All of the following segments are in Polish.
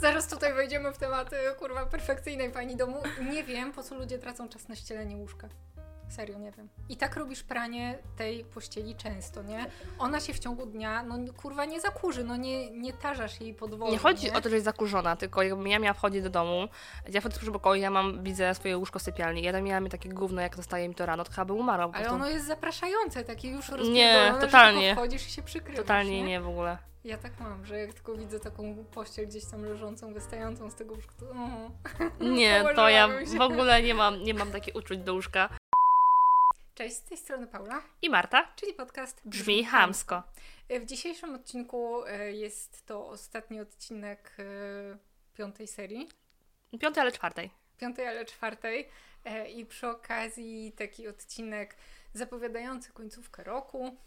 Zaraz tutaj wejdziemy w temat, kurwa, perfekcyjnej pani domu. Nie wiem, po co ludzie tracą czas na ścielenie łóżka. Serio, nie wiem. I tak robisz pranie tej pościeli często, nie? Ona się w ciągu dnia, no kurwa, nie zakurzy, no nie tarzasz jej podwórko. Nie chodzi o to, że jest zakurzona, tylko jakbym ja miała wchodzić do domu, ja wchodzę w przedpokoju, widzę swoje łóżko sypialni, ja tam miałam takie gówno, jak zostaje mi to rano, to chyba bym umarła. Ale ono jest zapraszające, takie już rozpierdolone, nie, totalnie. że tylko wchodzisz i się przykrywasz. Totalnie nie w ogóle. Ja tak mam, że jak tylko widzę taką pościel gdzieś tam leżącą, wystającą z tego łóżka, to nie, to ja w ogóle nie mam takich uczuć do łóżka. Cześć, z tej strony Paula i Marta, czyli podcast Brzmi Chamsko. W dzisiejszym odcinku jest to ostatni odcinek 5. serii. 5, ale 4. 5, ale 4. I przy okazji taki odcinek zapowiadający końcówkę roku,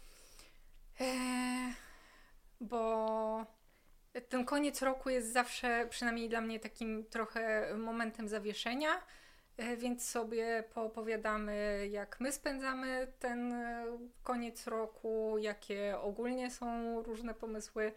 bo ten koniec roku jest zawsze, przynajmniej dla mnie, takim trochę momentem zawieszenia. Więc sobie poopowiadamy, jak my spędzamy ten koniec roku, jakie ogólnie są różne pomysły.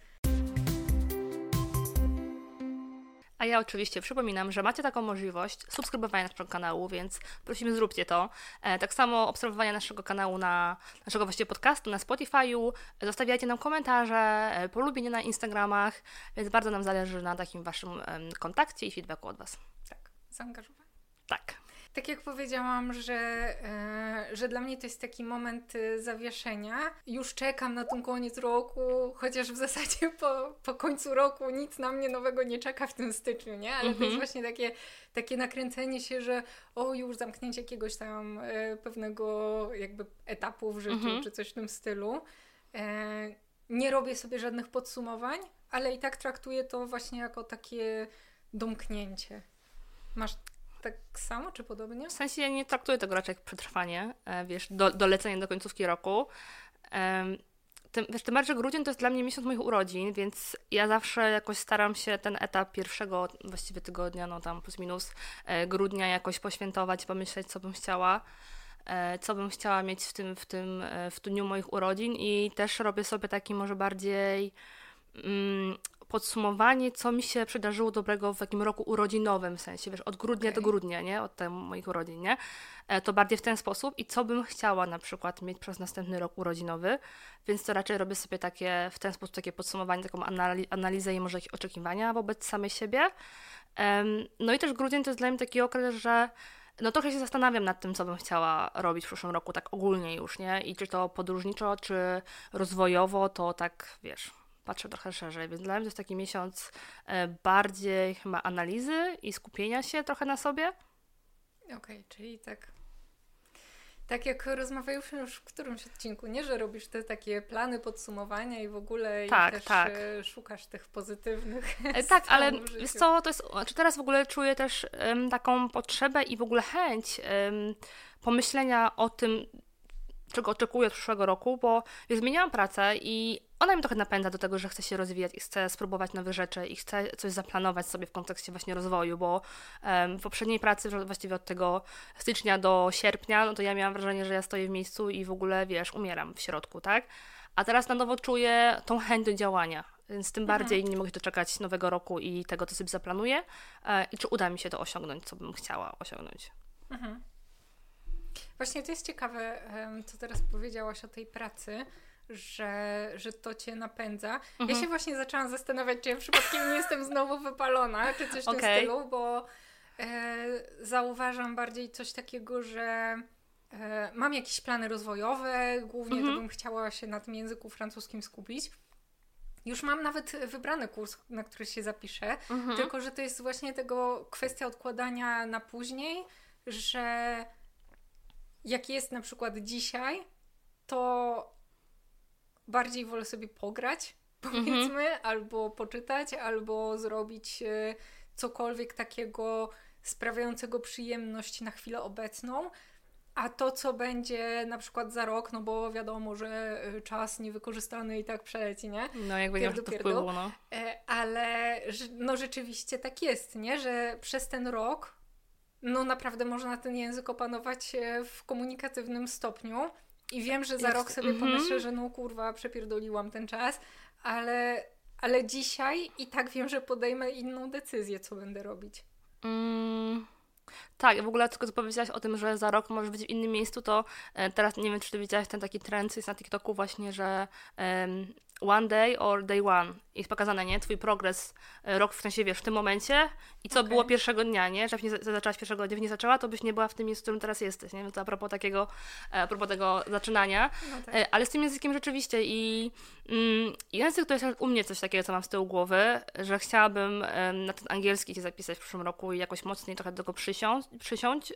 A ja oczywiście przypominam, że macie taką możliwość subskrybowania naszego kanału, więc prosimy, zróbcie to. Tak samo obserwowania naszego kanału, naszego właściwie podcastu na Spotify'u, zostawiajcie nam komentarze, polubienie na Instagramach, więc bardzo nam zależy na takim waszym kontakcie i feedbacku od was. Tak, zaangażowanie. Tak. Tak jak powiedziałam, że dla mnie to jest taki moment zawieszenia. Już czekam na ten koniec roku, chociaż w zasadzie po końcu roku nic na mnie nowego nie czeka w tym styczniu, nie? Ale to jest właśnie takie nakręcenie się, że już zamknięcie jakiegoś tam pewnego jakby etapu w życiu, czy coś w tym stylu. Nie robię sobie żadnych podsumowań, ale i tak traktuję to właśnie jako takie domknięcie. Masz tak samo, czy podobnie? W sensie ja nie traktuję tego raczej jak przetrwanie, wiesz, dolecenie do końcówki roku. Tym bardziej grudzień to jest dla mnie miesiąc moich urodzin, więc ja zawsze jakoś staram się ten etap pierwszego właściwie tygodnia, no tam plus minus grudnia jakoś poświętować, pomyśleć, co bym chciała mieć w dniu moich urodzin i też robię sobie taki może bardziej podsumowanie, co mi się przydarzyło dobrego w takim roku urodzinowym, w sensie, wiesz, od grudnia do grudnia, nie? Od moich urodzin, nie? To bardziej w ten sposób i co bym chciała na przykład mieć przez następny rok urodzinowy, więc to raczej robię sobie w ten sposób takie podsumowanie, taką analizę i może jakieś oczekiwania wobec samej siebie. No i też grudzień to jest dla mnie taki okres, że no trochę się zastanawiam nad tym, co bym chciała robić w przyszłym roku, tak ogólnie już, nie? I czy to podróżniczo, czy rozwojowo, to tak, wiesz, patrzę trochę szerzej, więc dla mnie to jest taki miesiąc bardziej chyba analizy i skupienia się trochę na sobie. Okej, czyli tak jak rozmawialiśmy już w którymś odcinku, nie, że robisz te takie plany podsumowania i w ogóle tak, i też tak. Szukasz tych pozytywnych tak, ale wiesz co, to jest, znaczy teraz w ogóle czuję też taką potrzebę i w ogóle chęć pomyślenia o tym, czego oczekuję od przyszłego roku, bo już zmieniałam pracę i ona mi trochę napędza do tego, że chcę się rozwijać i chcę spróbować nowych rzeczy i chcę coś zaplanować sobie w kontekście właśnie rozwoju, bo w poprzedniej pracy, właściwie od tego stycznia do sierpnia, no to ja miałam wrażenie, że ja stoję w miejscu i w ogóle, wiesz, umieram w środku, tak? A teraz na nowo czuję tą chęć do działania, więc tym bardziej nie mogę się doczekać nowego roku i tego, co sobie zaplanuję i czy uda mi się to osiągnąć, co bym chciała osiągnąć. Właśnie to jest ciekawe, co teraz powiedziałaś o tej pracy, że to cię napędza. Ja się właśnie zaczęłam zastanawiać, czy ja przypadkiem nie jestem znowu wypalona, czy coś w tym stylu, bo zauważam bardziej coś takiego, że mam jakieś plany rozwojowe, głównie to bym chciała się na tym języku francuskim skupić. Już mam nawet wybrany kurs, na który się zapiszę, tylko że to jest właśnie tego kwestia odkładania na później, że jak jest na przykład dzisiaj, to bardziej wolę sobie pograć, powiedzmy, albo poczytać, albo zrobić cokolwiek takiego sprawiającego przyjemność na chwilę obecną, a to, co będzie na przykład za rok, no bo wiadomo, że czas niewykorzystany i tak przeleci, nie? No jakby nie ma to wpływu, no. Ale no rzeczywiście tak jest, nie? Że przez ten rok no naprawdę można ten język opanować w komunikatywnym stopniu i wiem, że za rok sobie pomyślę, że no kurwa, przepierdoliłam ten czas, ale ale dzisiaj i tak wiem, że podejmę inną decyzję, co będę robić. Tak, w ogóle tylko co powiedziałaś o tym, że za rok możesz być w innym miejscu, to teraz nie wiem, czy ty widziałaś ten taki trend, co jest na TikToku właśnie, że one day or day one. Jest pokazane, nie? Twój progres, rok w sensie, wiesz, w tym momencie i co było pierwszego dnia, nie? Że jak nie zaczęłaś pierwszego dnia, nie zaczęła, to byś nie była w tym miejscu, w którym teraz jesteś, nie? Więc a propos tego zaczynania. No tak. Ale z tym językiem rzeczywiście i język to jest u mnie coś takiego, co mam z tyłu głowy, że chciałabym na ten angielski się zapisać w przyszłym roku i jakoś mocniej trochę do tego przysiąść,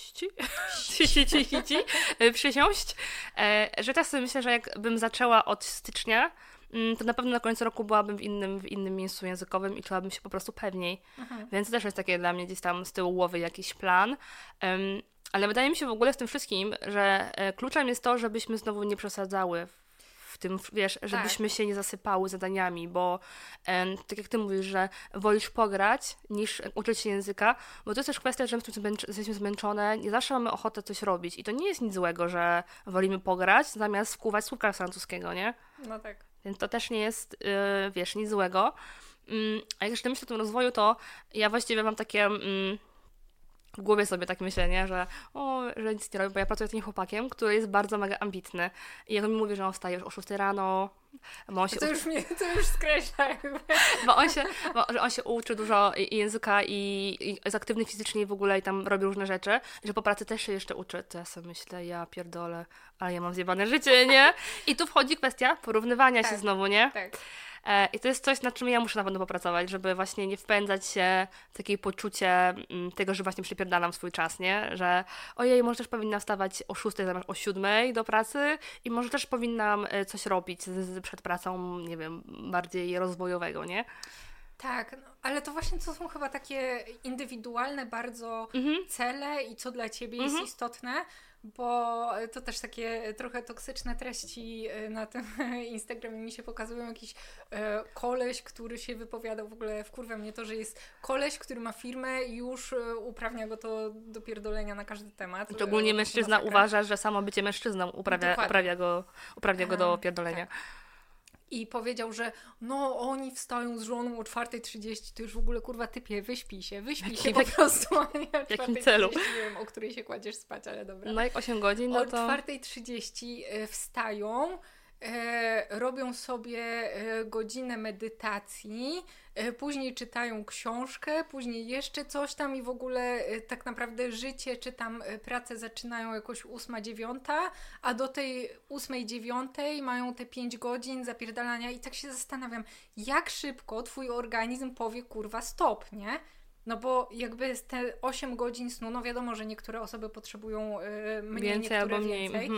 że teraz sobie myślę, że jakbym zaczęła od stycznia, to na pewno na końcu roku byłabym w innym miejscu językowym i czułabym się po prostu pewniej. Więc to też jest takie dla mnie gdzieś tam z tyłu głowy jakiś plan. Ale wydaje mi się w ogóle w tym wszystkim, że kluczem jest to, żebyśmy znowu nie przesadzały w tym, wiesz, żebyśmy się nie zasypały zadaniami, bo tak jak ty mówisz, że wolisz pograć niż uczyć się języka, bo to jest też kwestia, że jesteśmy zmęczone, nie zawsze mamy ochotę coś robić i to nie jest nic złego, że wolimy pograć zamiast wkuwać słówka francuskiego, nie? No tak. Więc to też nie jest, wiesz, nic złego. A jak jeszcze myślę o tym rozwoju, to ja właściwie mam takie w głowie sobie tak myślenie, że nic nie robię, bo ja pracuję z tym chłopakiem, który jest bardzo mega ambitny. I jak on mi mówi, że on wstaje już o 6 rano, to już skreśla jakby. Że on się uczy dużo języka i jest aktywny fizycznie i w ogóle i tam robi różne rzeczy, że po pracy też się jeszcze uczy. To ja sobie myślę, ja pierdolę, ale ja mam zjebane życie, nie? I tu wchodzi kwestia porównywania się znowu, nie? Tak. I to jest coś, nad czym ja muszę na pewno popracować, żeby właśnie nie wpędzać się w takie poczucie tego, że właśnie przypierdalam swój czas, nie? Że ojej, może też powinnam wstawać o 6 zamiast o 7 do pracy i może też powinnam coś robić przed pracą, nie wiem, bardziej rozwojowego, nie? Tak, no, ale to właśnie to są chyba takie indywidualne bardzo cele i co dla Ciebie jest istotne, bo to też takie trochę toksyczne treści na tym Instagramie mi się pokazują. Jakiś koleś, który się wypowiadał, w ogóle wkurwia mnie to, że jest koleś, który ma firmę i już uprawnia go to do pierdolenia na każdy temat. Szczególnie mężczyzna uważa, że samo bycie mężczyzną uprawnia go do pierdolenia. Tak. I powiedział, że no oni wstają z żoną o 4:30, to już w ogóle kurwa typie, wyśpij się po prostu. W jakim celu? Nie wiem, o której się kładziesz spać, ale dobra. No jak 8 godzin, no to... O 4:30 wstają, robią sobie godzinę medytacji, później czytają książkę, później jeszcze coś tam i w ogóle tak naprawdę życie czy tam pracę zaczynają jakoś 8-9, a do tej 8-9 mają te 5 godzin zapierdalania i tak się zastanawiam, jak szybko twój organizm powie kurwa stop, nie? No bo jakby te 8 godzin snu, no wiadomo, że niektóre osoby potrzebują mniej, więcej niektóre albo mniej. więcej,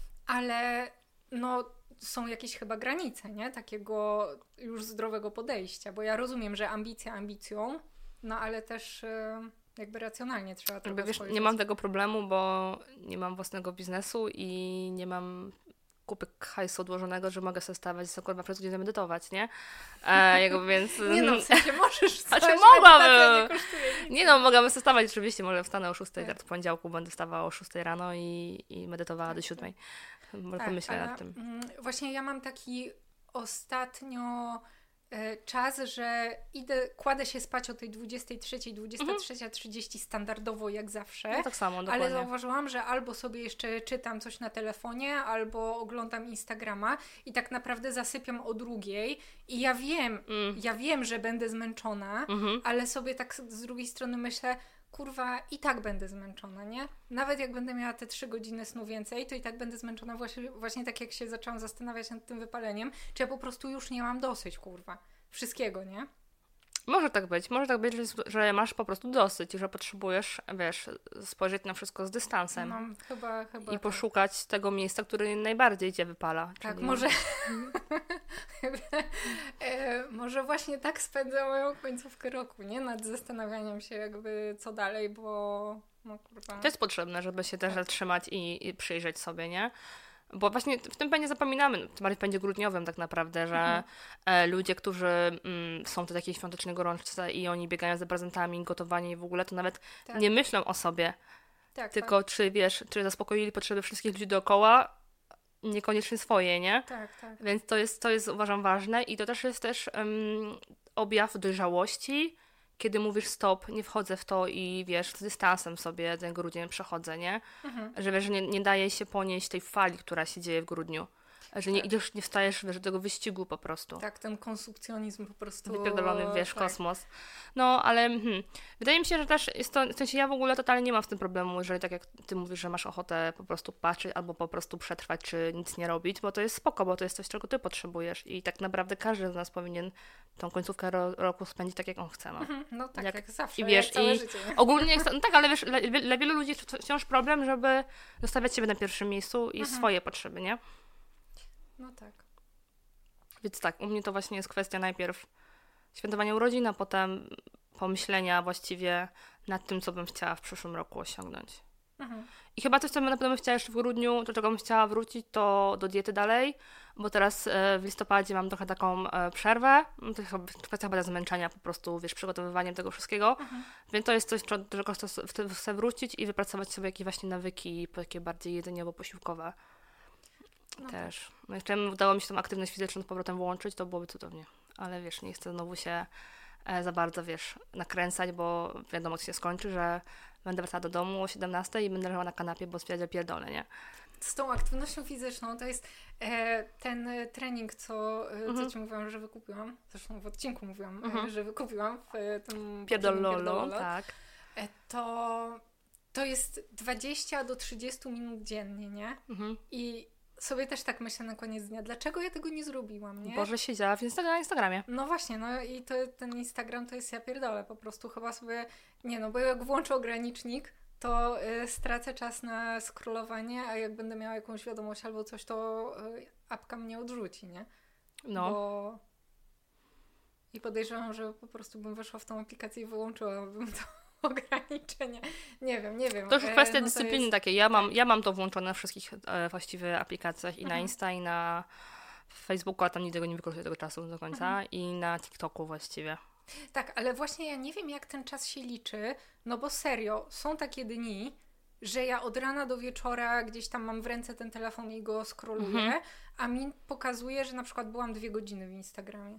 ale no są jakieś chyba granice, nie? Takiego już zdrowego podejścia, bo ja rozumiem, że ambicja ambicją, no ale też jakby racjonalnie trzeba trochę spojrzeć. Nie mam tego problemu, bo nie mam własnego biznesu i nie mam kupy hajsu odłożonego, że mogę sobie stawać za kurwa przez godzinę medytować, nie? Więc... Nie no, w sensie możesz stać, mogłabym! Nie kosztuje nic. Nie no, mogłabym sobie stawać, oczywiście, może wstanę o 6, w poniedziałku będę wstawała o 6 rano i medytowała do 7. Może pomyślę nad tym. Właśnie ja mam taki ostatnio czas, że kładę się spać o tej 23, 23:30 standardowo jak zawsze. No tak samo, dokładnie. Ale zauważyłam, że albo sobie jeszcze czytam coś na telefonie, albo oglądam Instagrama i tak naprawdę zasypiam o 2:00 i ja wiem, że będę zmęczona, ale sobie tak z drugiej strony myślę, kurwa, i tak będę zmęczona, nie? Nawet jak będę miała te 3 godziny snu więcej, to i tak będę zmęczona właśnie tak, jak się zaczęłam zastanawiać nad tym wypaleniem, czy ja po prostu już nie mam dosyć, kurwa, wszystkiego, nie? Może tak być, że masz po prostu dosyć i że potrzebujesz, wiesz, spojrzeć na wszystko z dystansem. No, chyba i poszukać tego miejsca, które najbardziej cię wypala. Tak, czyli... może właśnie tak spędzę moją końcówkę roku, nie? Nad zastanawianiem się jakby co dalej, bo no kurwa. To jest potrzebne, żeby się też zatrzymać i przyjrzeć sobie, nie? Bo właśnie w tym pędzie zapominamy, tym bardziej w pędzie grudniowym tak naprawdę, że ludzie, którzy są w takiej świątecznej gorączce i oni biegają za prezentami, gotowani i w ogóle, to nawet nie myślą o sobie. Tylko czy zaspokoili potrzeby wszystkich ludzi dookoła, niekoniecznie swoje, nie? Tak. Więc to jest uważam ważne i to też jest objaw dojrzałości, kiedy mówisz stop, nie wchodzę w to i wiesz, z dystansem sobie ten grudzień przechodzę, nie? Że wiesz, że nie daje się ponieść tej fali, która się dzieje w grudniu. Że nie idziesz, nie wstajesz, wiesz, do tego wyścigu po prostu. Tak, ten konsumpcjonizm po prostu... Wypierdolony, wiesz, tak. Kosmos. No, ale wydaje mi się, że też jest to, w sensie ja w ogóle totalnie nie mam w tym problemu, jeżeli tak jak ty mówisz, że masz ochotę po prostu patrzeć albo po prostu przetrwać, czy nic nie robić, bo to jest spoko, bo to jest coś, czego ty potrzebujesz i tak naprawdę każdy z nas powinien tą końcówkę roku spędzić tak, jak on chce, no. No tak, jak zawsze, i wiesz, jak całe i życie. ogólnie jest to, no tak, ale wiesz, dla wielu ludzi jest wciąż problem, żeby zostawiać siebie na pierwszym miejscu i swoje potrzeby, nie? No tak. Więc tak, u mnie to właśnie jest kwestia najpierw świętowania urodzin, a potem pomyślenia właściwie nad tym, co bym chciała w przyszłym roku osiągnąć. I chyba coś, co na pewno bym chciała jeszcze w grudniu, do czego bym chciała wrócić, to do diety dalej, bo teraz w listopadzie mam trochę taką przerwę. To jest kwestia chyba zmęczenia po prostu, wiesz, przygotowywaniem tego wszystkiego. Więc to jest coś, do czego chcę wrócić i wypracować sobie jakieś właśnie nawyki, takie bardziej jedzeniowo-posiłkowe. Też. No jeszcze udało mi się tą aktywność fizyczną z powrotem włączyć, to byłoby cudownie. Ale wiesz, nie chcę znowu się za bardzo, wiesz, nakręcać, bo wiadomo, co się skończy, że będę wracała do domu o 17 i będę leżała na kanapie, bo stwierdzę pierdolę, nie? Z tą aktywnością fizyczną to jest ten trening, co Ci mówiłam, że wykupiłam. Zresztą w odcinku mówiłam, że wykupiłam w tym Pierdololo, tak. To jest 20 do 30 minut dziennie, nie? I sobie też tak myślę na koniec dnia, dlaczego ja tego nie zrobiłam, nie? Boże, siedziała w Instagramie. No właśnie, no i ten Instagram to jest ja pierdolę, po prostu chyba sobie, bo jak włączę ogranicznik, to stracę czas na scrollowanie, a jak będę miała jakąś wiadomość albo coś, to apka mnie odrzuci, nie? No. I podejrzewam, że po prostu bym weszła w tą aplikację i wyłączyłabym to ograniczenie. Nie wiem. To już kwestia dyscypliny takiej. Ja mam to włączone na wszystkich właściwie aplikacjach i na Insta, i na Facebooku, a tam nigdy nie wykorzystuję tego czasu do końca i na TikToku właściwie. Tak, ale właśnie ja nie wiem, jak ten czas się liczy, no bo serio, są takie dni, że ja od rana do wieczora gdzieś tam mam w ręce ten telefon i go scrolluję, a mi pokazuje, że na przykład byłam 2 godziny w Instagramie.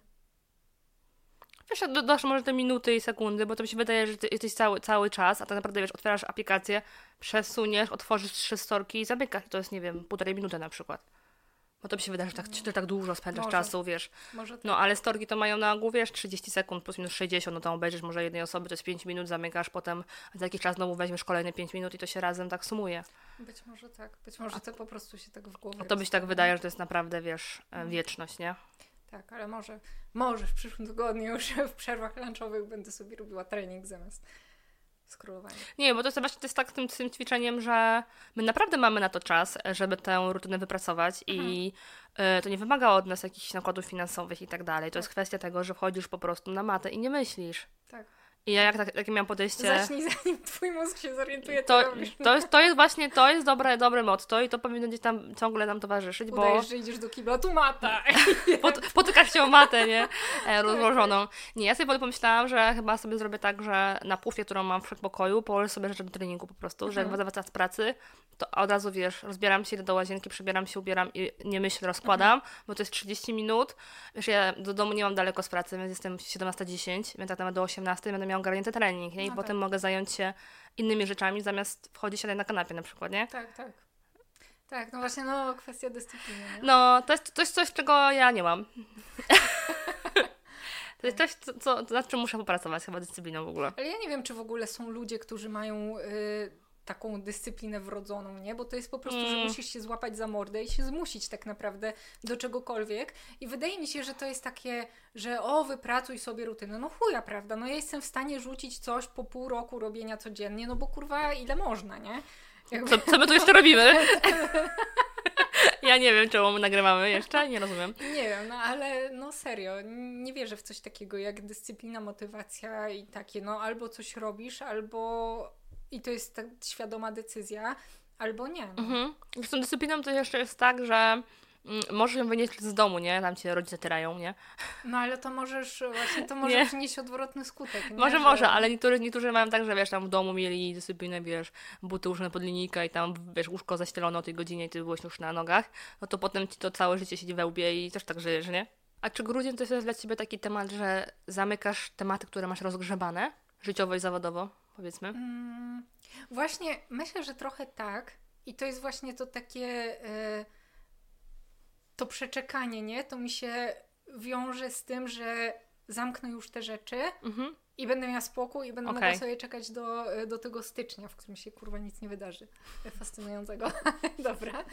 Wiesz, dodasz może te minuty i sekundy, bo to mi się wydaje, że ty jesteś cały czas, a tak naprawdę, wiesz, otwierasz aplikację, przesuniesz, otworzysz 3 storki i zamykasz. To jest, nie wiem, 1,5 minuty na przykład. Bo to mi się wydaje, że tak dużo spędzasz czasu, wiesz. Może tak. No, ale storki to mają na ogół, wiesz, 30 sekund, plus minus 60, no to obejrzysz może jednej osoby, to jest 5 minut, zamykasz, potem za jakiś czas znowu weźmiesz kolejne 5 minut i to się razem tak sumuje. Być może tak. Być może to po prostu się tak w głowie... A to byś tak wydaje, że to jest naprawdę, wiesz, wieczność, nie? Tak, ale może w przyszłym tygodniu już w przerwach lunchowych będę sobie robiła trening zamiast scrollowania. Nie, bo to jest tak z tym ćwiczeniem, że my naprawdę mamy na to czas, żeby tę rutynę wypracować i to nie wymaga od nas jakichś nakładów finansowych i tak dalej. To jest kwestia tego, że wchodzisz po prostu na matę i nie myślisz. Tak. I ja takie miałam podejście... Zacznij, zanim twój mózg się zorientuje, co robisz. To jest właśnie, to jest dobre motto i to powinno gdzieś tam ciągle nam towarzyszyć, Udajesz, że idziesz do kibla, tu mata. Potykasz się o matę, nie? Rozłożoną. Nie, ja sobie pomyślałam, że chyba sobie zrobię tak, że na pufie, którą mam w przedpokoju, położę sobie rzeczy do treningu po prostu, że jak wracam z pracy, to od razu, wiesz, rozbieram się, idę do łazienki, przebieram się, ubieram i nie myślę, rozkładam, bo to jest 30 minut. Wiesz, ja do domu nie mam daleko z pracy, więc jestem 17:10, więc tak nawet do 18 będę miała ogarnięty trening, nie? I potem mogę zająć się innymi rzeczami, zamiast wchodzić siadać na kanapie na przykład, nie? Tak. Tak, no właśnie, kwestia dyscypliny, nie? No, to jest coś, czego ja nie mam. To jest coś, nad czym muszę popracować, chyba dyscypliną w ogóle. Ale ja nie wiem, czy w ogóle są ludzie, którzy mają taką dyscyplinę wrodzoną, nie? Bo to jest po prostu, że musisz się złapać za mordę i się zmusić tak naprawdę do czegokolwiek. I wydaje mi się, że to jest takie, że wypracuj sobie rutynę. No chuja, prawda? No ja jestem w stanie rzucić coś po pół roku robienia codziennie, no bo kurwa, ile można, nie? Co my tu jeszcze robimy? Ja nie wiem, czemu my nagrywamy jeszcze, nie rozumiem. Nie wiem, ale serio, nie wierzę w coś takiego jak dyscyplina, motywacja i takie, albo coś robisz, albo i to jest tak świadoma decyzja, albo nie. Z tą dyscypliną to jeszcze jest tak, że możesz ją wynieść z domu, nie? Tam cię rodzice tyrają, nie? No ale to możesz, właśnie to może przynieść odwrotny skutek, nie? Może, ale niektórzy mają tak, że wiesz, tam w domu mieli dyscyplinę, wiesz, buty ułożone pod linijkę i tam, wiesz, łóżko zaścielone o tej godzinie i ty byłeś już na nogach, no to potem ci to całe życie siedzi we łbie i też tak żyjesz, nie? A czy grudzień to jest dla ciebie taki temat, że zamykasz tematy, które masz rozgrzebane, życiowo i zawodowo, powiedzmy? Właśnie myślę, że trochę tak. I to jest właśnie to takie to przeczekanie, nie? To mi się wiąże z tym, że zamknę już te rzeczy i będę miała spokój i będę mogła sobie czekać do tego stycznia, w którym się kurwa nic nie wydarzy. Fascynującego. Dobra.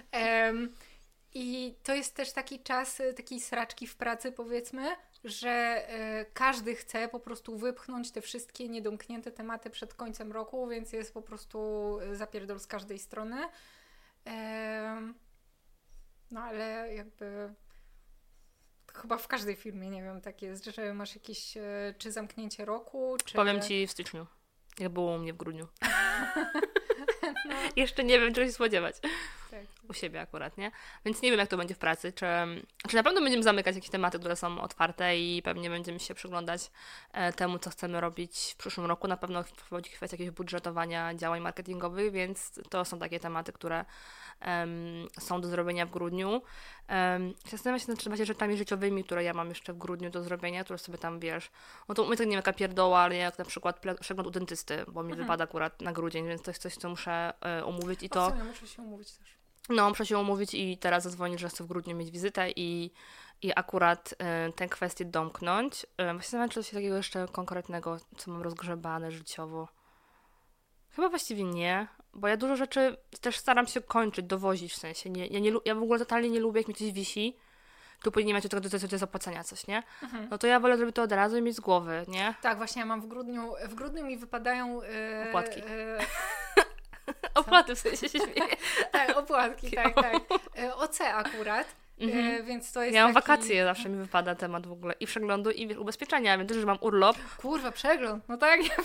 I to jest też taki czas, takiej sraczki w pracy, powiedzmy, że każdy chce po prostu wypchnąć te wszystkie niedomknięte tematy przed końcem roku, więc jest po prostu zapierdol z każdej strony. No ale jakby chyba w każdej firmie, nie wiem, tak jest, że masz jakieś czy zamknięcie roku, czy... Powiem ci w styczniu, jak było u mnie w grudniu. No. Jeszcze nie wiem, czego się spodziewać. Tak. U siebie akurat, nie? Więc nie wiem, jak to będzie w pracy. Czy na pewno będziemy zamykać jakieś tematy, które są otwarte i pewnie będziemy się przyglądać temu, co chcemy robić w przyszłym roku. Na pewno wchodzi kwestia jakiegoś budżetowania działań marketingowych, więc to są takie tematy, które są do zrobienia w grudniu. Zastanawiam się nad właśnie rzeczami życiowymi, które ja mam jeszcze w grudniu do zrobienia, które sobie tam, wiesz, no to u mnie to nie wiem, jaka pierdoła, ale jak na przykład przegląd u dentysty, bo mi wypada akurat na grudzień, więc to jest coś, co muszę umówić i to... W sumie muszę się umówić też. No, muszę się umówić i teraz zadzwonić, że chcę w grudniu mieć wizytę i akurat tę kwestię domknąć. Właśnie zastanawiam, czy coś takiego jeszcze konkretnego, co mam rozgrzebane życiowo. Chyba właściwie nie, bo ja dużo rzeczy też staram się kończyć, dowozić w sensie. Ja w ogóle totalnie nie lubię, jak mi coś wisi, tu powinien mieć do zapłacenia coś, nie? No to ja wolę zrobić to od razu i mieć z głowy, nie? Tak, właśnie ja mam w grudniu mi wypadają... opłatki. Opłaty w sensie się śmieję. Tak, opłatki, tak. OC akurat, więc to jest Ja mam wakacje, zawsze mi wypada temat w ogóle i przeglądu, i ubezpieczenia, więc też, że mam urlop. Kurwa, przegląd, no tak, ja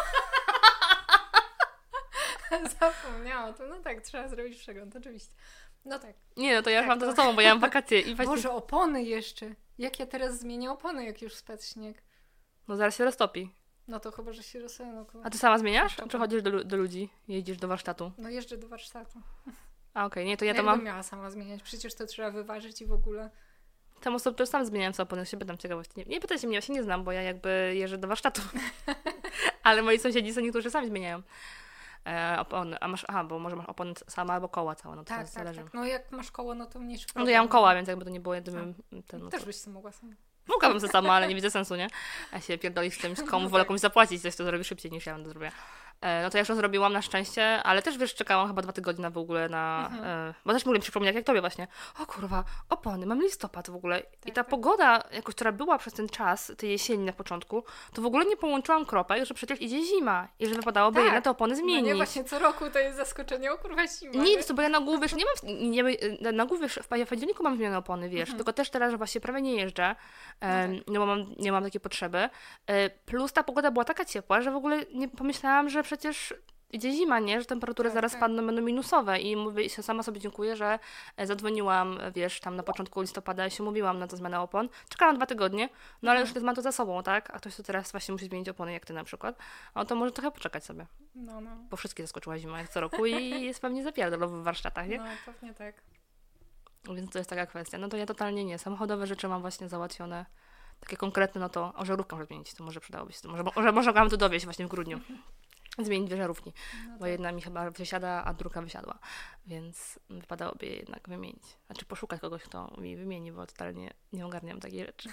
zapomniałam to, no tak, trzeba zrobić przegląd, oczywiście. No tak. Nie, no to ja już mam to za sobą, bo ja mam wakacje. I właśnie... Boże, opony jeszcze. Jak ja teraz zmienię opony, jak już spadł śnieg? No zaraz się roztopi. No to chyba, że się roztopi. A ty sama zmieniasz? Czy chodzisz do ludzi? Jeździsz do warsztatu? No jeżdżę do warsztatu. A okej, nie, to ja to mam... mam... miała sama zmieniać, przecież to trzeba wyważyć i w ogóle... Tam osoby też sam zmieniałem sobie opony, się pytam ciekawości. Nie pytajcie mnie, ja się nie znam, bo ja jakby jeżdżę do warsztatu. Ale moi sąsiedzi są niektórzy sami zmieniają opony. Bo może masz opony sama albo koła całe, no to tak, zależy. Tak. No jak masz koło, no to mniejszy problem. No to ja mam koła, więc jakby to nie było jedynym... Też byś sobie mogła sama. Mogłabym sobie sama, ale nie widzę sensu, nie? Ja się pierdolić z tym, komu wolę komuś zapłacić, coś to zrobi szybciej niż ja bym to zrobiła. No to ja już to zrobiłam na szczęście, ale też wiesz, czekałam chyba 2 tygodnie w ogóle na... bo też mogłem przypomnieć, jak tobie właśnie. O kurwa, opony, mam listopad w ogóle. I ta pogoda, jakoś, która była przez ten czas, tej jesieni na początku, to w ogóle nie połączyłam kropek, że przecież idzie zima i że wypadałoby jednak te opony zmienić. No nie, właśnie co roku to jest zaskoczenie, o kurwa zima. Nic, bo ja na ogół, wiesz, na ogół, wiesz, w październiku mam zmienione opony, wiesz, tylko też teraz, że właśnie prawie nie jeżdżę, no bo nie mam takiej potrzeby. Plus ta pogoda była taka ciepła, że w ogóle nie pomyślałam, że przecież idzie zima, nie? Że temperatury zaraz padną, będą minusowe i mówię, sama sobie dziękuję, że zadzwoniłam, wiesz, tam na początku listopada i się mówiłam na to zmianę opon. Czekałam 2 tygodnie, no ale już mam to za sobą, tak? A ktoś tu teraz właśnie musi zmienić opony, jak ty na przykład. No to może trochę poczekać sobie. No. Bo wszystkie zaskoczyła zima jak co roku i jest pewnie zapierdol w warsztatach, nie? No, pewnie tak. Więc to jest taka kwestia. No to ja totalnie nie. Samochodowe rzeczy mam właśnie załatwione. Takie konkretne, no to żarówkę może zmienić, to może przydałoby się. Może mogłam to dowieść właśnie w grudniu. Zmienić 2 żarówki, bo jedna mi chyba wysiada, a druga wysiadła, więc wypadałoby je jednak wymienić. Znaczy poszukać kogoś, kto mi wymieni, bo totalnie nie ogarniam takiej rzeczy.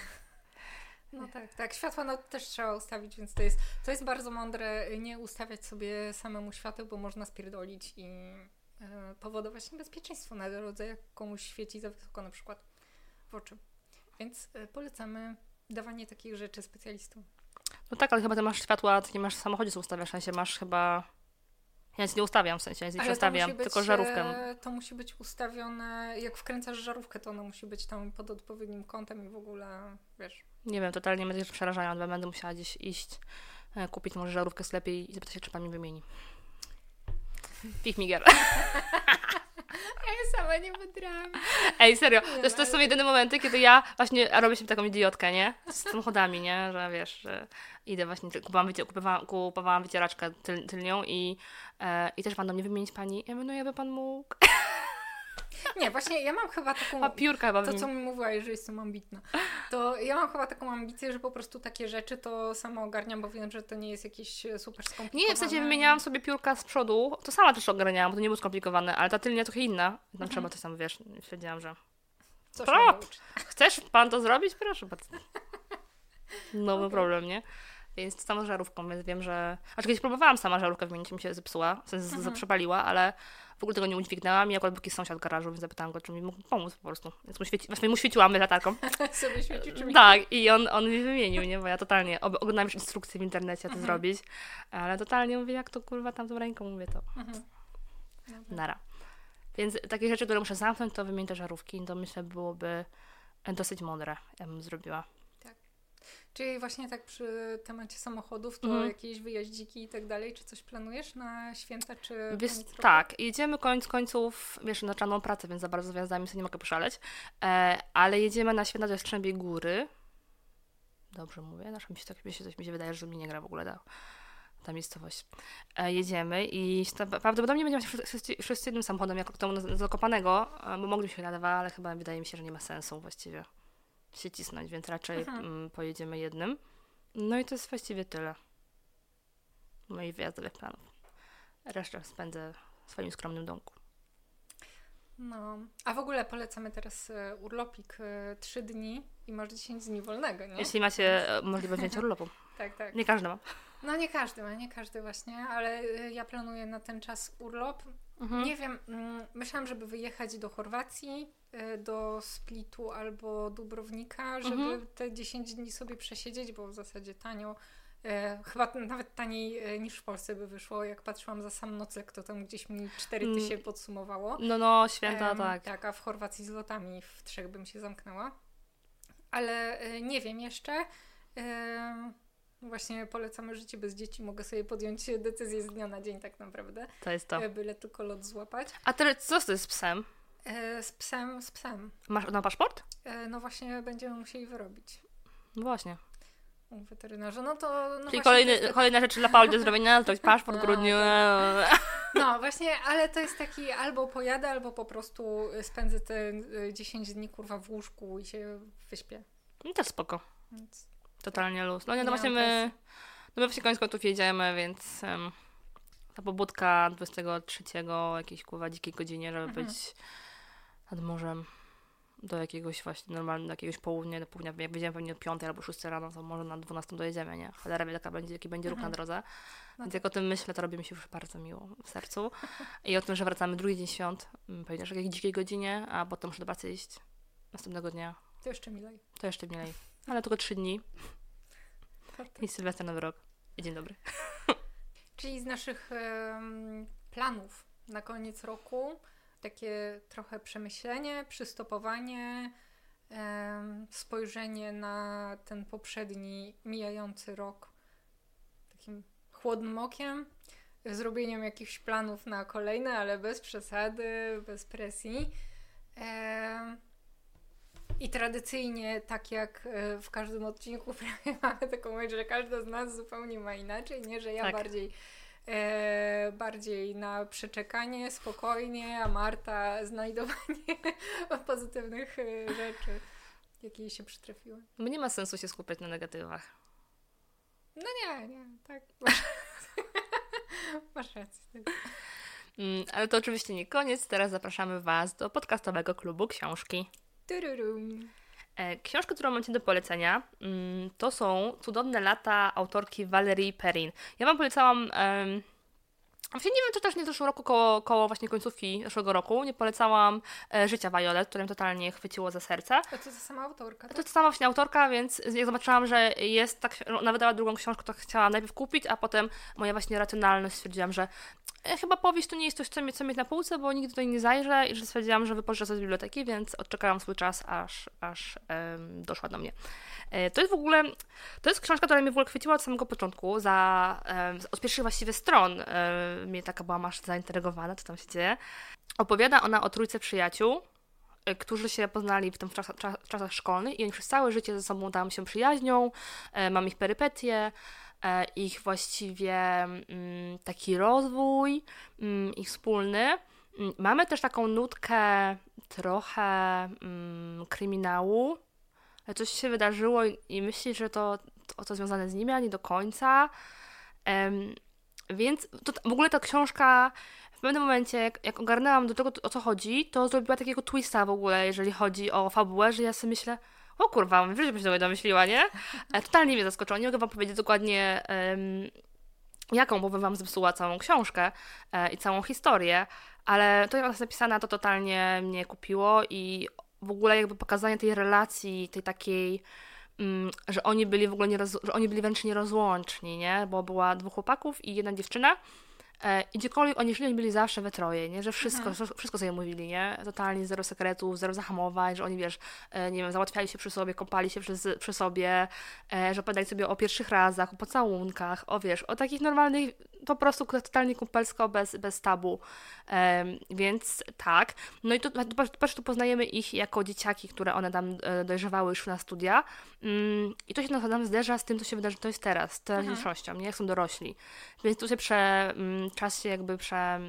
No tak. Światła no, też trzeba ustawić, więc to jest bardzo mądre nie ustawiać sobie samemu świateł, bo można spierdolić i powodować niebezpieczeństwo na drodze, jak komuś świeci za wysoko na przykład w oczy. Więc polecamy dawanie takich rzeczy specjalistom. No tak, ale chyba ty masz światła, ty nie masz w samochodzie, co ustawiasz, w sensie masz chyba... Ja nic nie ustawiam, w sensie, ja nic nie przestawiam, tylko żarówkę. To musi być ustawione, jak wkręcasz żarówkę, to ona musi być tam pod odpowiednim kątem i w ogóle, wiesz... Nie wiem, totalnie mnie też przerażają, bo będę musiała gdzieś iść, kupić może żarówkę w sklepie i zapytać się, czy pan mi wymieni. Pick me girl. Ja sama nie wydrałam. Ej, serio, to są jedyne momenty, kiedy ja właśnie robię się taką idiotkę, nie? Z samochodami, nie? Że wiesz, że idę właśnie, kupowałam wycieraczkę tylnią i też pan do mnie wymienić pani. Ja mówię, no jakby pan mógł. Nie, właśnie ja mam chyba taką... A piórka chyba to, co mi mówiła, że jestem ambitna. To ja mam chyba taką ambicję, że po prostu takie rzeczy to sama ogarniam, bo wiem, że to nie jest jakieś super skomplikowane. Nie, w sensie wymieniałam sobie piórka z przodu, to sama też ogarniałam, bo to nie było skomplikowane, ale ta tylnia trochę inna. Tam trzeba to samo, wiesz, stwierdziłam, że... Coś chcesz pan to zrobić? Proszę bardzo. Nowy problem, nie? Więc sama żarówką, więc wiem, że... kiedyś próbowałam sama żarówkę wymienić, mi się zepsuła, w sensie zaprzepaliła, ale w ogóle tego nie udźwignęłam i akurat był jakiś sąsiad w garażu, więc zapytałam go, czy mi mógł pomóc po prostu. Więc mu świeciłam latarką. sobie świeci, czy mi... Tak, i on mi wymienił, nie? Bo ja totalnie oglądałam już instrukcje w internecie, jak to zrobić, ale totalnie mówię, jak to kurwa tamtą ręką mówię, to nara. Więc takie rzeczy, które muszę zamknąć, to wymienię te żarówki, to myślę byłoby dosyć mądre, ja bym zrobiła. Czyli właśnie tak przy temacie samochodów, to jakieś wyjaździki i tak dalej, czy coś planujesz na święta, czy... Tak, jedziemy koniec końców, wiesz, na czarną pracę, więc za bardzo z gwiazdami sobie nie mogę poszaleć, ale jedziemy na święta do Jastrzębiej Góry. Dobrze mówię? Coś mi się wydaje, że mi nie gra w ogóle ta miejscowość. Jedziemy i prawdopodobnie będziemy wszyscy jednym samochodem, jak do Zakopanego, bo moglibyśmy na dwa, ale chyba wydaje mi się, że nie ma sensu właściwie się cisnąć, więc raczej pojedziemy jednym. No i to jest właściwie tyle moich wyjazdowych planów. Resztę spędzę w swoim skromnym domku. No, a w ogóle polecamy teraz urlopik 3 dni i masz 10 dni wolnego, nie? Jeśli macie możliwość wzięcia urlopu. Tak. Nie każdy ma. No nie każdy właśnie, ale ja planuję na ten czas urlop. Nie wiem, myślałam, żeby wyjechać do Chorwacji, do Splitu albo Dubrownika, żeby te 10 dni sobie przesiedzieć, bo w zasadzie tanio. Chyba nawet taniej niż w Polsce by wyszło. Jak patrzyłam za sam nocleg, to tam gdzieś mi 4000 się podsumowało. No, święta tak. Tak, a w Chorwacji z lotami w 3 bym się zamknęła. Ale nie wiem jeszcze. Właśnie polecamy życie bez dzieci. Mogę sobie podjąć decyzję z dnia na dzień tak naprawdę. To jest to. Byle tylko lot złapać. A teraz co to jest z psem? Z psem. Masz na paszport? No właśnie będziemy musieli wyrobić. No właśnie. U weterynarza. No to... No czyli właśnie kolejna rzecz dla Pauli do zrobienia, to jest paszport w grudniu. No właśnie, ale to jest taki albo pojadę, albo po prostu spędzę te 10 dni kurwa w łóżku i się wyśpię. No to spoko. Więc... Totalnie luz. No nie, no właśnie my właśnie koniec końców jedziemy, więc ta pobudka 23 jakiejś kurwa dzikiej godzinie, żeby być nad morzem do jakiegoś właśnie normalnego, do jakiegoś południa, jak będziemy pewnie o 5 albo 6 rano, to może na 12 dojedziemy, nie? Cholera wie, jaki będzie ruch na drodze. Więc jak o tym myślę, to robi mi się już bardzo miło w sercu. I o tym, że wracamy drugi dzień świąt, pewnie że jakiejś dzikiej godzinie, a potem muszę do pracy iść następnego dnia. To jeszcze milej. Ale tylko 3 dni. I Sylwester, Nowy Rok. I dzień dobry. Czyli z naszych planów na koniec roku takie trochę przemyślenie, przystopowanie, spojrzenie na ten poprzedni, mijający rok takim chłodnym okiem, zrobieniem jakichś planów na kolejne, ale bez przesady, bez presji. I tradycyjnie, tak jak w każdym odcinku prawie mamy taką myśl, że każda z nas zupełnie ma inaczej, nie? Że ja bardziej na przeczekanie, spokojnie, a Marta znajdowanie pozytywnych rzeczy, jakie jej się przytrafiły. Bo nie ma sensu się skupiać na negatywach. No nie, tak. Masz rację. Ale to oczywiście nie koniec. Teraz zapraszamy Was do podcastowego klubu książki. Książkę, którą mam Ci do polecenia, to są Cudowne lata autorki Valerie Perrin. Ja Wam polecałam, właśnie nie wiem, czy też nie w zeszłym roku, koło właśnie końcówki zeszłego roku, nie polecałam Życia Violet, które mnie totalnie chwyciło za serce. A to ta sama autorka, tak? To ta sama właśnie autorka, więc jak zobaczyłam, że jest tak, ona wydała drugą książkę, to chciałam najpierw kupić, a potem moja właśnie racjonalność stwierdziłam, że chyba powieść to nie jest coś, co mieć na półce, bo nigdy tutaj nie zajrzę i że stwierdziłam, że wypożyczę z biblioteki, więc odczekałam swój czas, aż doszła do mnie. To jest książka, która mnie w ogóle chwyciła od samego początku, od pierwszych właściwie stron mnie taka byłam aż zaintrygowana, co tam się dzieje. Opowiada ona o trójce przyjaciół, którzy się poznali w czasach szkolnych i oni przez całe życie ze sobą tam się przyjaźnią, mam ich perypetie, ich właściwie taki rozwój, ich wspólny. Mamy też taką nutkę trochę kryminału. Coś się wydarzyło i myśli, że to związane z nimi, a nie do końca. Więc w ogóle ta książka w pewnym momencie, jak ogarnęłam do tego, o co chodzi, to zrobiła takiego twista w ogóle, jeżeli chodzi o fabułę, że ja sobie myślę, o kurwa, wiesz, bym się tego domyśliła, nie? Totalnie mnie zaskoczyło. Nie mogę wam powiedzieć dokładnie jaką, bo bym wam zepsuła całą książkę i całą historię, ale to, jak ona jest napisana, to totalnie mnie kupiło i w ogóle jakby pokazanie tej relacji, tej takiej, że oni byli w ogóle że oni byli wręcz nierozłączni, nie? Bo była 2 chłopaków i 1 dziewczyna. I gdziekolwiek oni szli, oni byli zawsze we troje, nie? Że wszystko sobie mówili, nie? Totalnie zero sekretów, zero zahamowań, że oni, wiesz, nie wiem, załatwiali się przy sobie, kąpali się przy sobie, że opowiadali sobie o pierwszych razach, o pocałunkach, o takich normalnych, po prostu totalnie kumpelsko, bez tabu. Więc tak. No i tu poznajemy ich jako dzieciaki, które one tam dojrzewały już na studia. I to się nam zderza z tym, co się wydarzy, to jest teraz, z teraźniejszością, nie? Jak są dorośli. Więc tu się czas się jakby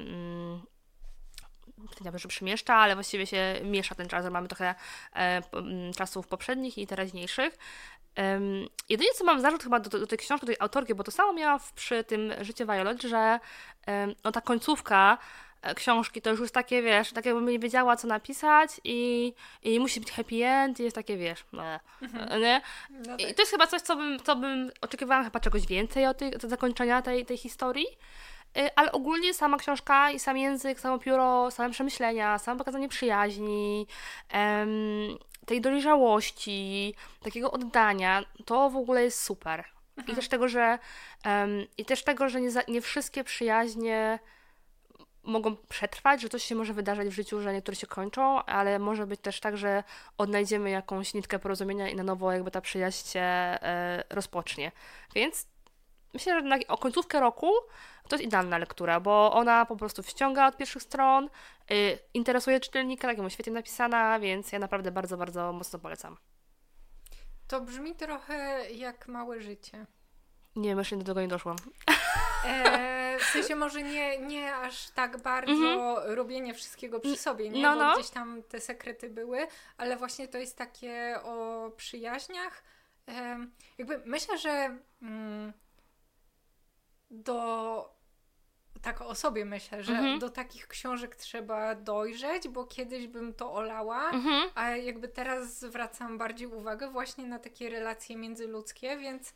nie wiem, że przemieszcza, ale właściwie się miesza ten czas, że mamy trochę czasów poprzednich i teraźniejszych. Jedynie co mam zarzut chyba do tej książki, do tej autorki, bo to samo miała przy tym Życie Violet, że ta końcówka książki to już jest takie, wiesz, tak jakbym nie wiedziała, co napisać i musi być happy end i jest takie, wiesz, nie? No tak. I to jest chyba coś, co bym oczekiwała chyba czegoś więcej od zakończenia tej historii. Ale ogólnie sama książka i sam język, samo pióro, same przemyślenia, samo pokazanie przyjaźni, tej dojrzałości, takiego oddania, to w ogóle jest super. I też tego, że nie wszystkie przyjaźnie mogą przetrwać, że coś się może wydarzać w życiu, że niektóre się kończą, ale może być też tak, że odnajdziemy jakąś nitkę porozumienia i na nowo jakby ta przyjaźń się rozpocznie. Więc myślę, że o końcówkę roku to jest idealna lektura, bo ona po prostu wciąga od pierwszych stron, interesuje czytelnika, tak jak świetnie napisana, więc ja naprawdę bardzo, bardzo mocno polecam. To brzmi trochę jak Małe życie. Nie, jeszcze do tego nie doszłam. W sensie może nie aż tak bardzo robienie wszystkiego przy sobie, nie? Bo gdzieś tam te sekrety były, ale właśnie to jest takie o przyjaźniach. Jakby myślę, że tak o sobie myślę, że do takich książek trzeba dojrzeć, bo kiedyś bym to olała, a jakby teraz zwracam bardziej uwagę właśnie na takie relacje międzyludzkie, więc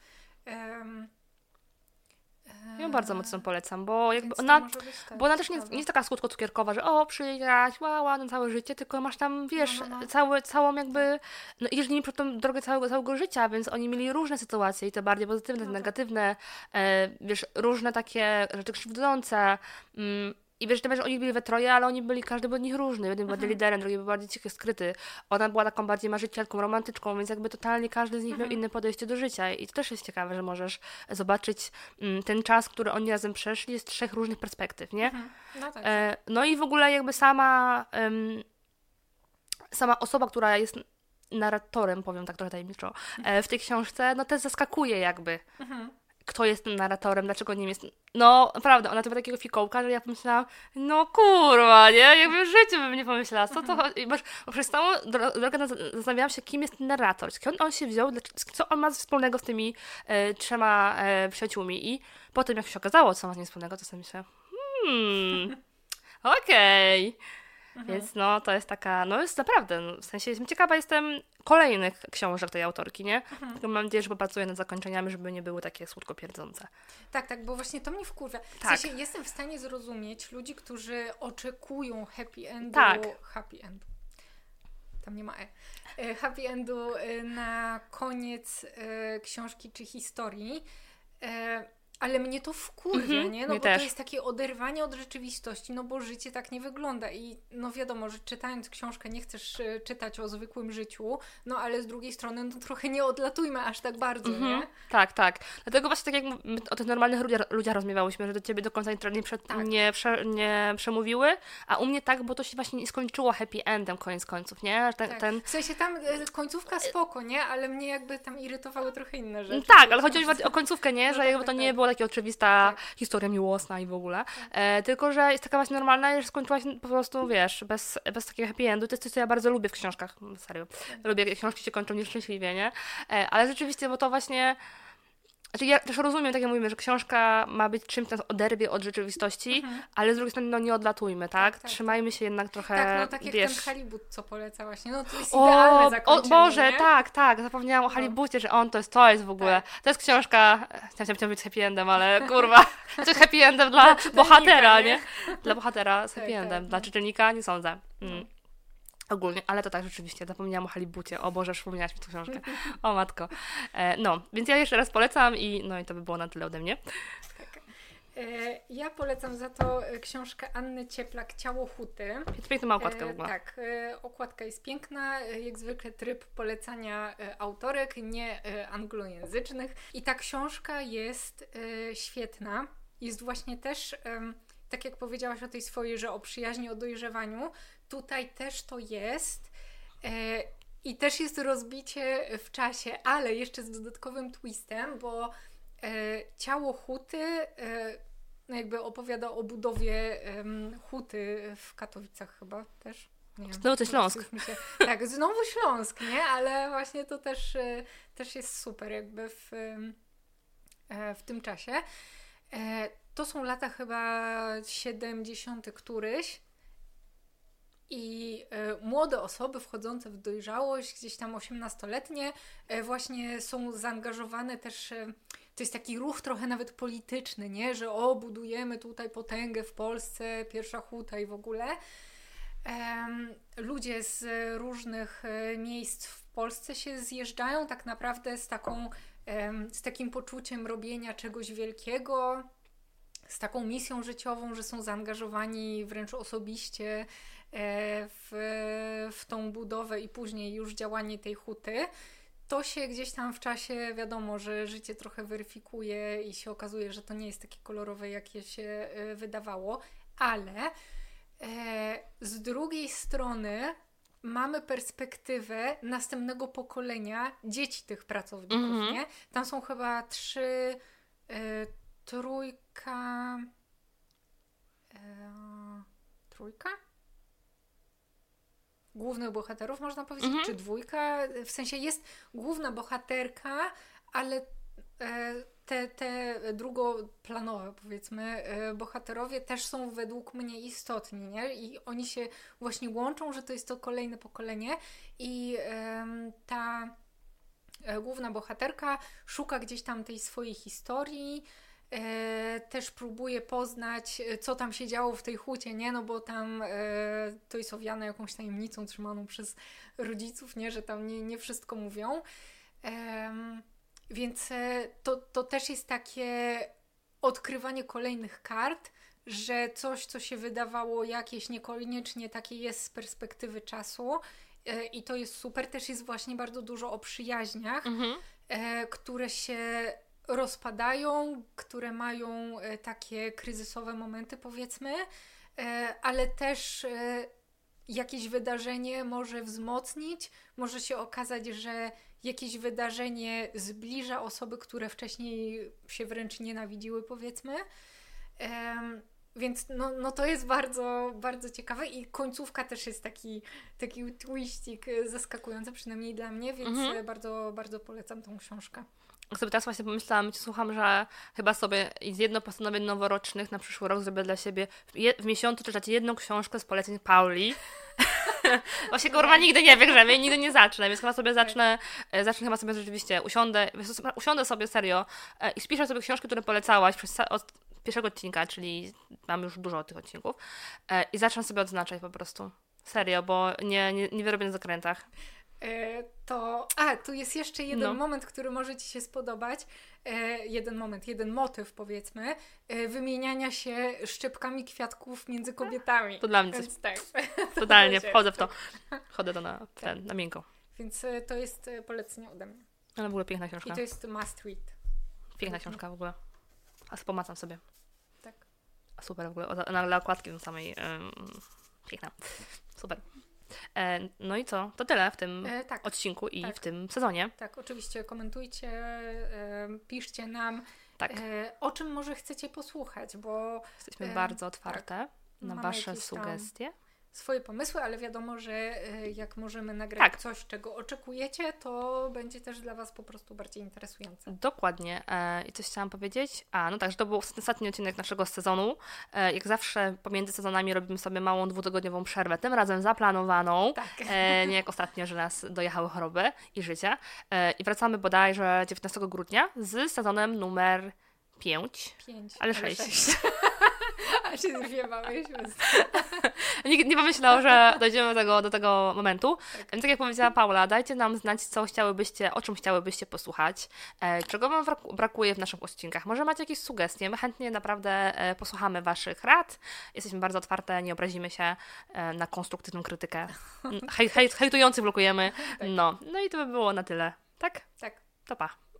ja bardzo mocno polecam, bo jakby ona też nie jest taka słodko-cukierkowa, że przyjaźń, na całe życie, tylko masz tam, wiesz, całą jakby, idziesz z nimi przez tą drogę całego życia, więc oni mieli różne sytuacje i te bardziej pozytywne, te negatywne, wiesz, różne takie rzeczy krzywdzące, i wiesz, że oni byli we troje, ale każdy był od nich różny. Jeden był bardziej liderem, drugi był bardziej cichy, skryty. Ona była taką bardziej marzycielką, romantyczką, więc jakby totalnie każdy z nich miał inne podejście do życia. I to też jest ciekawe, że możesz zobaczyć ten czas, który oni razem przeszli z 3 różnych perspektyw, nie? No tak. No i w ogóle jakby sama osoba, która jest narratorem, powiem tak trochę tajemniczo, w tej książce, no też zaskakuje jakby. Kto jest tym narratorem, dlaczego nim jest... No, naprawdę, ona to była takiego fikołka, że ja pomyślałam, no kurwa, nie? Jakby w życiu bym nie pomyślała, co to chodzi? Bo przez całą drogę zastanawiałam się, kim jest ten narrator, skąd on się wziął, co on ma wspólnego z tymi 3 przyjaciółmi. I potem jak się okazało, co ma z nim wspólnego, to sobie myślę, okej. Więc to jest taka, jest naprawdę, w sensie ciekawa jestem kolejnych książek tej autorki, nie? Tylko mam nadzieję, że popracuję nad zakończeniami, żeby nie były takie słodko pierdzące. Tak, bo właśnie to mnie wkurwia. W sensie jestem w stanie zrozumieć ludzi, którzy oczekują happy endu, tam nie ma happy endu na koniec książki czy historii, Ale mnie to wkurwia, nie? No mnie bo też. to jest takie oderwanie od rzeczywistości, no bo życie tak nie wygląda i no wiadomo, że czytając książkę nie chcesz czytać o zwykłym życiu, no ale z drugiej strony no trochę nie odlatujmy aż tak bardzo, nie? Tak, tak. Dlatego właśnie tak jak my o tych normalnych ludziach rozmawiałyśmy, że do ciebie do końca nie przemówiły, a u mnie tak, bo to się właśnie nie skończyło happy endem koniec końców, nie? W sensie tam końcówka spoko, nie? Ale mnie jakby tam irytowały trochę inne rzeczy. Tak, ale chodzi o końcówkę, nie? Że jakby to nie było taka oczywista historia miłosna i w ogóle. Tylko, że jest taka właśnie normalna, że skończyłaś po prostu, wiesz, bez takiego happy endu. To jest coś, co ja bardzo lubię w książkach. Serio. Lubię, jak książki się kończą nieszczęśliwie, nie? Ale rzeczywiście, bo to właśnie... Znaczy ja też rozumiem, tak jak mówimy, że książka ma być czymś, co nas oderwie od rzeczywistości, ale z drugiej strony no nie odlatujmy, tak? Trzymajmy się jednak trochę, tak, no tak jak wiesz... ten halibut, co poleca właśnie, no to jest idealne zakończenie, O Boże, nie? tak, zapomniałam o halibucie, że to jest w ogóle, to jest książka, chciałam być happy endem, ale kurwa, to jest happy endem dla bohatera, nie? Dla bohatera z happy endem, dla czytelnika nie sądzę. Ogólnie, ale to tak rzeczywiście, zapomniałam o halibucie. O Boże, przypomniałaś mi tę książkę. O matko. No, więc ja jeszcze raz polecam i to by było na tyle ode mnie. Tak. Ja polecam za to książkę Anny Cieplak „Ciało huty”. Piękna ma okładkę w ogóle. Tak, okładka jest piękna, jak zwykle tryb polecania autorek, nie anglojęzycznych. I ta książka jest świetna. Jest właśnie też, tak jak powiedziałaś o tej swojej, że o przyjaźni, o dojrzewaniu, tutaj też to jest. I też jest rozbicie w czasie, ale jeszcze z dodatkowym twistem, bo Ciało huty jakby opowiada o budowie huty w Katowicach chyba też. Nie, znowu to Śląsk. Tak, znowu Śląsk, nie? Ale właśnie to też jest super jakby w tym czasie. To są lata chyba 70. któryś. I młode osoby wchodzące w dojrzałość, gdzieś tam 18-letnie, właśnie są zaangażowane też, to jest taki ruch trochę nawet polityczny, nie? Że budujemy tutaj potęgę w Polsce, pierwsza huta i w ogóle. Ludzie z różnych miejsc w Polsce się zjeżdżają tak naprawdę z takim poczuciem robienia czegoś wielkiego, z taką misją życiową, że są zaangażowani wręcz osobiście w tą budowę i później już działanie tej huty. To się gdzieś tam w czasie, wiadomo, że życie trochę weryfikuje i się okazuje, że to nie jest takie kolorowe, jakie się wydawało, ale z drugiej strony mamy perspektywę następnego pokolenia dzieci tych pracowników, nie? Tam są chyba trójka głównych bohaterów, można powiedzieć, czy dwójka, w sensie jest główna bohaterka, ale te drugoplanowe, powiedzmy, bohaterowie też są według mnie istotni, nie? I oni się właśnie łączą, że to jest to kolejne pokolenie i ta główna bohaterka szuka gdzieś tam tej swojej historii, też próbuje poznać, co tam się działo w tej hucie, nie? No bo tam to jest owiane jakąś tajemnicą trzymaną przez rodziców, nie? Że tam nie wszystko mówią. Więc to też jest takie odkrywanie kolejnych kart, że coś, co się wydawało jakieś niekoniecznie takie jest z perspektywy czasu i to jest super. Też jest właśnie bardzo dużo o przyjaźniach, które się rozpadają, które mają takie kryzysowe momenty, powiedzmy, ale też jakieś wydarzenie może wzmocnić, może się okazać, że jakieś wydarzenie zbliża osoby, które wcześniej się wręcz nienawidziły, powiedzmy. Więc no to jest bardzo, bardzo ciekawe i końcówka też jest taki twistik zaskakujący, przynajmniej dla mnie, więc bardzo, bardzo polecam tą książkę. Sobie teraz właśnie pomyślałam, słucham, że chyba sobie z jedno postanowień noworocznych na przyszły rok zrobię dla siebie w miesiącu czytać jedną książkę z poleceń Pauli. Właśnie kurwa nigdy nie wygrzemy i nigdy nie zacznę, więc chyba sobie zacznę chyba sobie rzeczywiście, usiądę sobie serio i spiszę sobie książki, które polecałaś od pierwszego odcinka, czyli mam już dużo tych odcinków i zacznę sobie odznaczać po prostu. Serio, bo nie wyrobię na zakrętach. tu jest jeszcze jeden moment, który może Ci się spodobać. Jeden motyw, powiedzmy, wymieniania się szczypkami kwiatków między kobietami. To dla mnie coś. Tak. Totalnie, wchodzę w to. Wchodzę to na miękko. Więc to jest polecenie ode mnie. Ale w ogóle piękna książka. I to jest must read. Piękna książka w ogóle. Aż pomacam sobie. Tak. Super w ogóle. Na okładki samej. Piękna. Super. No i co? To tyle w tym odcinku i w tym sezonie. Tak, oczywiście komentujcie, piszcie nam, tak. O czym może chcecie posłuchać, bo jesteśmy bardzo otwarte na Wasze sugestie. Swoje pomysły, ale wiadomo, że jak możemy nagrać coś, czego oczekujecie, to będzie też dla Was po prostu bardziej interesujące. Dokładnie. I coś chciałam powiedzieć? No tak, że to był ostatni odcinek naszego sezonu. Jak zawsze pomiędzy sezonami robimy sobie małą 2-tygodniową przerwę, tym razem zaplanowaną. Tak. Nie jak ostatnio, że nas dojechały choroby i życie. I wracamy bodajże 19 grudnia z sezonem numer 5. Ale 6. A się zwiewałeś. Nikt nie pomyślał, że dojdziemy do tego momentu. Tak jak powiedziała Paula, dajcie nam znać, o czym chciałybyście posłuchać, czego Wam brakuje w naszych odcinkach. Może macie jakieś sugestie, my chętnie naprawdę posłuchamy Waszych rad. Jesteśmy bardzo otwarte, nie obrazimy się na konstruktywną krytykę. Hejtujących blokujemy. No i to by było na tyle. Tak? Tak. To pa.